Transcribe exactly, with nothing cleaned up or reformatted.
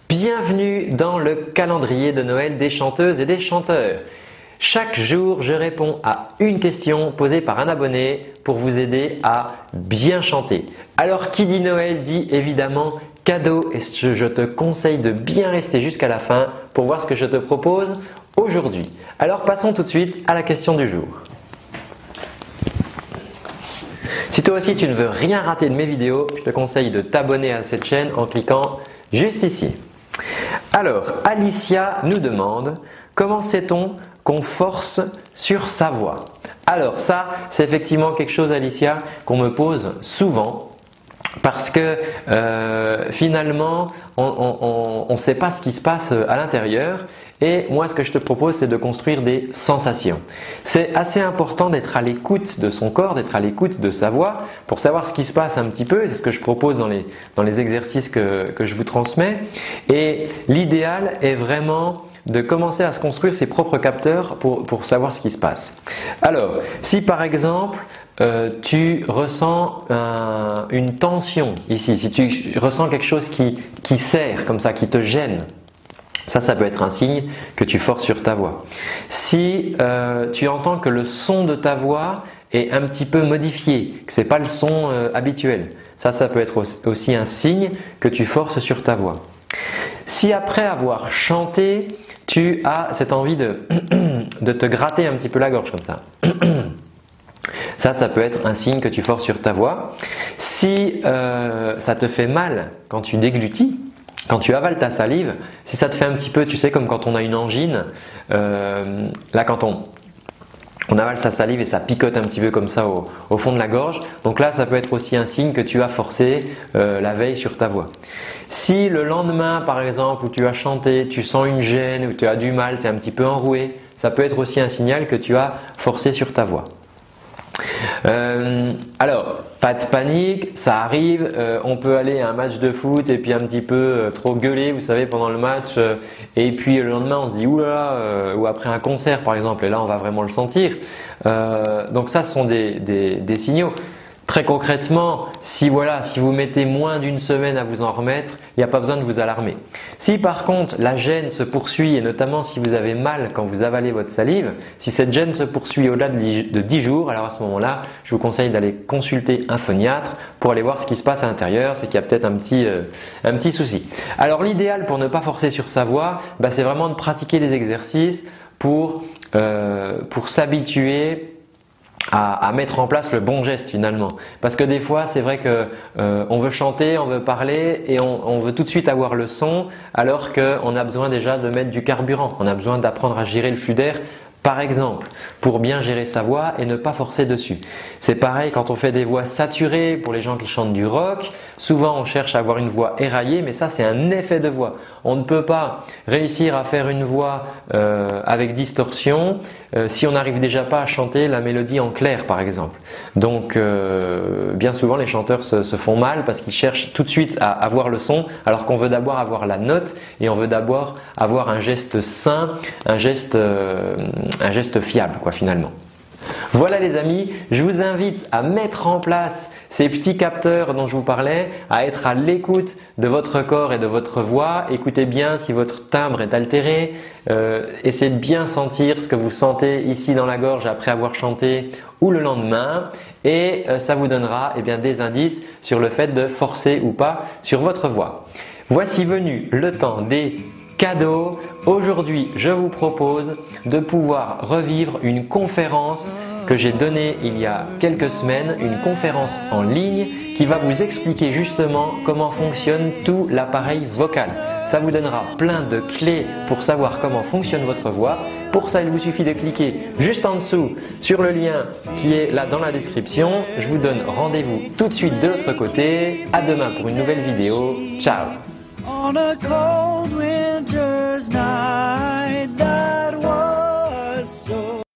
Bienvenue dans le calendrier de Noël des chanteuses et des chanteurs. Chaque jour, je réponds à une question posée par un abonné pour vous aider à bien chanter. Alors, qui dit Noël dit évidemment cadeau et je te conseille de bien rester jusqu'à la fin pour voir ce que je te propose aujourd'hui. Alors, passons tout de suite à la question du jour. Si toi aussi tu ne veux rien rater de mes vidéos, je te conseille de t'abonner à cette chaîne en cliquant juste ici. Alors, Alicia nous demande comment sait-on qu'on force sur sa voix? Alors ça, c'est effectivement quelque chose, Alicia, qu'on me pose souvent parce que euh, finalement, on ne sait pas ce qui se passe à l'intérieur. Et moi, ce que je te propose, c'est de construire des sensations. C'est assez important d'être à l'écoute de son corps, d'être à l'écoute de sa voix pour savoir ce qui se passe un petit peu. C'est ce que je propose dans les, dans les exercices que, que je vous transmets. Et l'idéal est vraiment de commencer à se construire ses propres capteurs pour, pour savoir ce qui se passe. Alors, si par exemple, euh, tu ressens un, une tension ici, si tu ressens quelque chose qui, qui serre comme ça, qui te gêne, ça, ça peut être un signe que tu forces sur ta voix. Si euh, tu entends que le son de ta voix est un petit peu modifié, que ce n'est pas le son euh, habituel, ça, ça peut être aussi un signe que tu forces sur ta voix. Si après avoir chanté, tu as cette envie de, de te gratter un petit peu la gorge comme ça, ça, ça peut être un signe que tu forces sur ta voix. Si euh, ça te fait mal quand tu déglutis, quand tu avales ta salive, si ça te fait un petit peu, tu sais, comme quand on a une angine, euh, là quand on, on avale sa salive et ça picote un petit peu comme ça au, au fond de la gorge, donc là ça peut être aussi un signe que tu as forcé euh, la veille sur ta voix. Si le lendemain par exemple où tu as chanté, tu sens une gêne, ou tu as du mal, tu es un petit peu enroué, ça peut être aussi un signal que tu as forcé sur ta voix. Euh, alors, pas de panique, ça arrive, euh, on peut aller à un match de foot et puis un petit peu euh, trop gueuler, vous savez, pendant le match euh, et puis le lendemain on se dit oulala, euh, ou après un concert par exemple, et là on va vraiment le sentir. Euh, donc ça, ce sont des, des, des signaux. Très concrètement, si voilà, si vous mettez moins d'une semaine à vous en remettre, il n'y a pas besoin de vous alarmer. Si par contre la gêne se poursuit et notamment si vous avez mal quand vous avalez votre salive, si cette gêne se poursuit au-delà de dix jours, alors à ce moment-là, je vous conseille d'aller consulter un phoniatre pour aller voir ce qui se passe à l'intérieur, c'est qu'il y a peut-être un petit, euh, un petit souci. Alors l'idéal pour ne pas forcer sur sa voix, bah, c'est vraiment de pratiquer des exercices pour, euh, pour s'habituer À, à mettre en place le bon geste finalement, parce que des fois c'est vrai que euh, on veut chanter, on veut parler et on, on veut tout de suite avoir le son alors qu'on a besoin déjà de mettre du carburant, on a besoin d'apprendre à gérer le flux d'air par exemple pour bien gérer sa voix et ne pas forcer dessus. C'est pareil quand on fait des voix saturées pour les gens qui chantent du rock, souvent on cherche à avoir une voix éraillée, mais ça c'est un effet de voix. On ne peut pas réussir à faire une voix euh, avec distorsion euh, si on n'arrive déjà pas à chanter la mélodie en clair par exemple. Donc euh, bien souvent les chanteurs se, se font mal parce qu'ils cherchent tout de suite à avoir le son alors qu'on veut d'abord avoir la note et on veut d'abord avoir un geste sain, un geste, euh, un geste fiable quoi finalement. Voilà les amis, je vous invite à mettre en place ces petits capteurs dont je vous parlais, à être à l'écoute de votre corps et de votre voix. Écoutez bien si votre timbre est altéré, euh, essayez de bien sentir ce que vous sentez ici dans la gorge après avoir chanté ou le lendemain et euh, ça vous donnera eh bien, des indices sur le fait de forcer ou pas sur votre voix. Voici venu le temps des cadeau. Aujourd'hui, je vous propose de pouvoir revivre une conférence que j'ai donnée il y a quelques semaines, une conférence en ligne qui va vous expliquer justement comment fonctionne tout l'appareil vocal. Ça vous donnera plein de clés pour savoir comment fonctionne votre voix. Pour ça, il vous suffit de cliquer juste en dessous sur le lien qui est là dans la description. Je vous donne rendez-vous tout de suite de l'autre côté. À demain pour une nouvelle vidéo. Ciao! On a cold winter's night.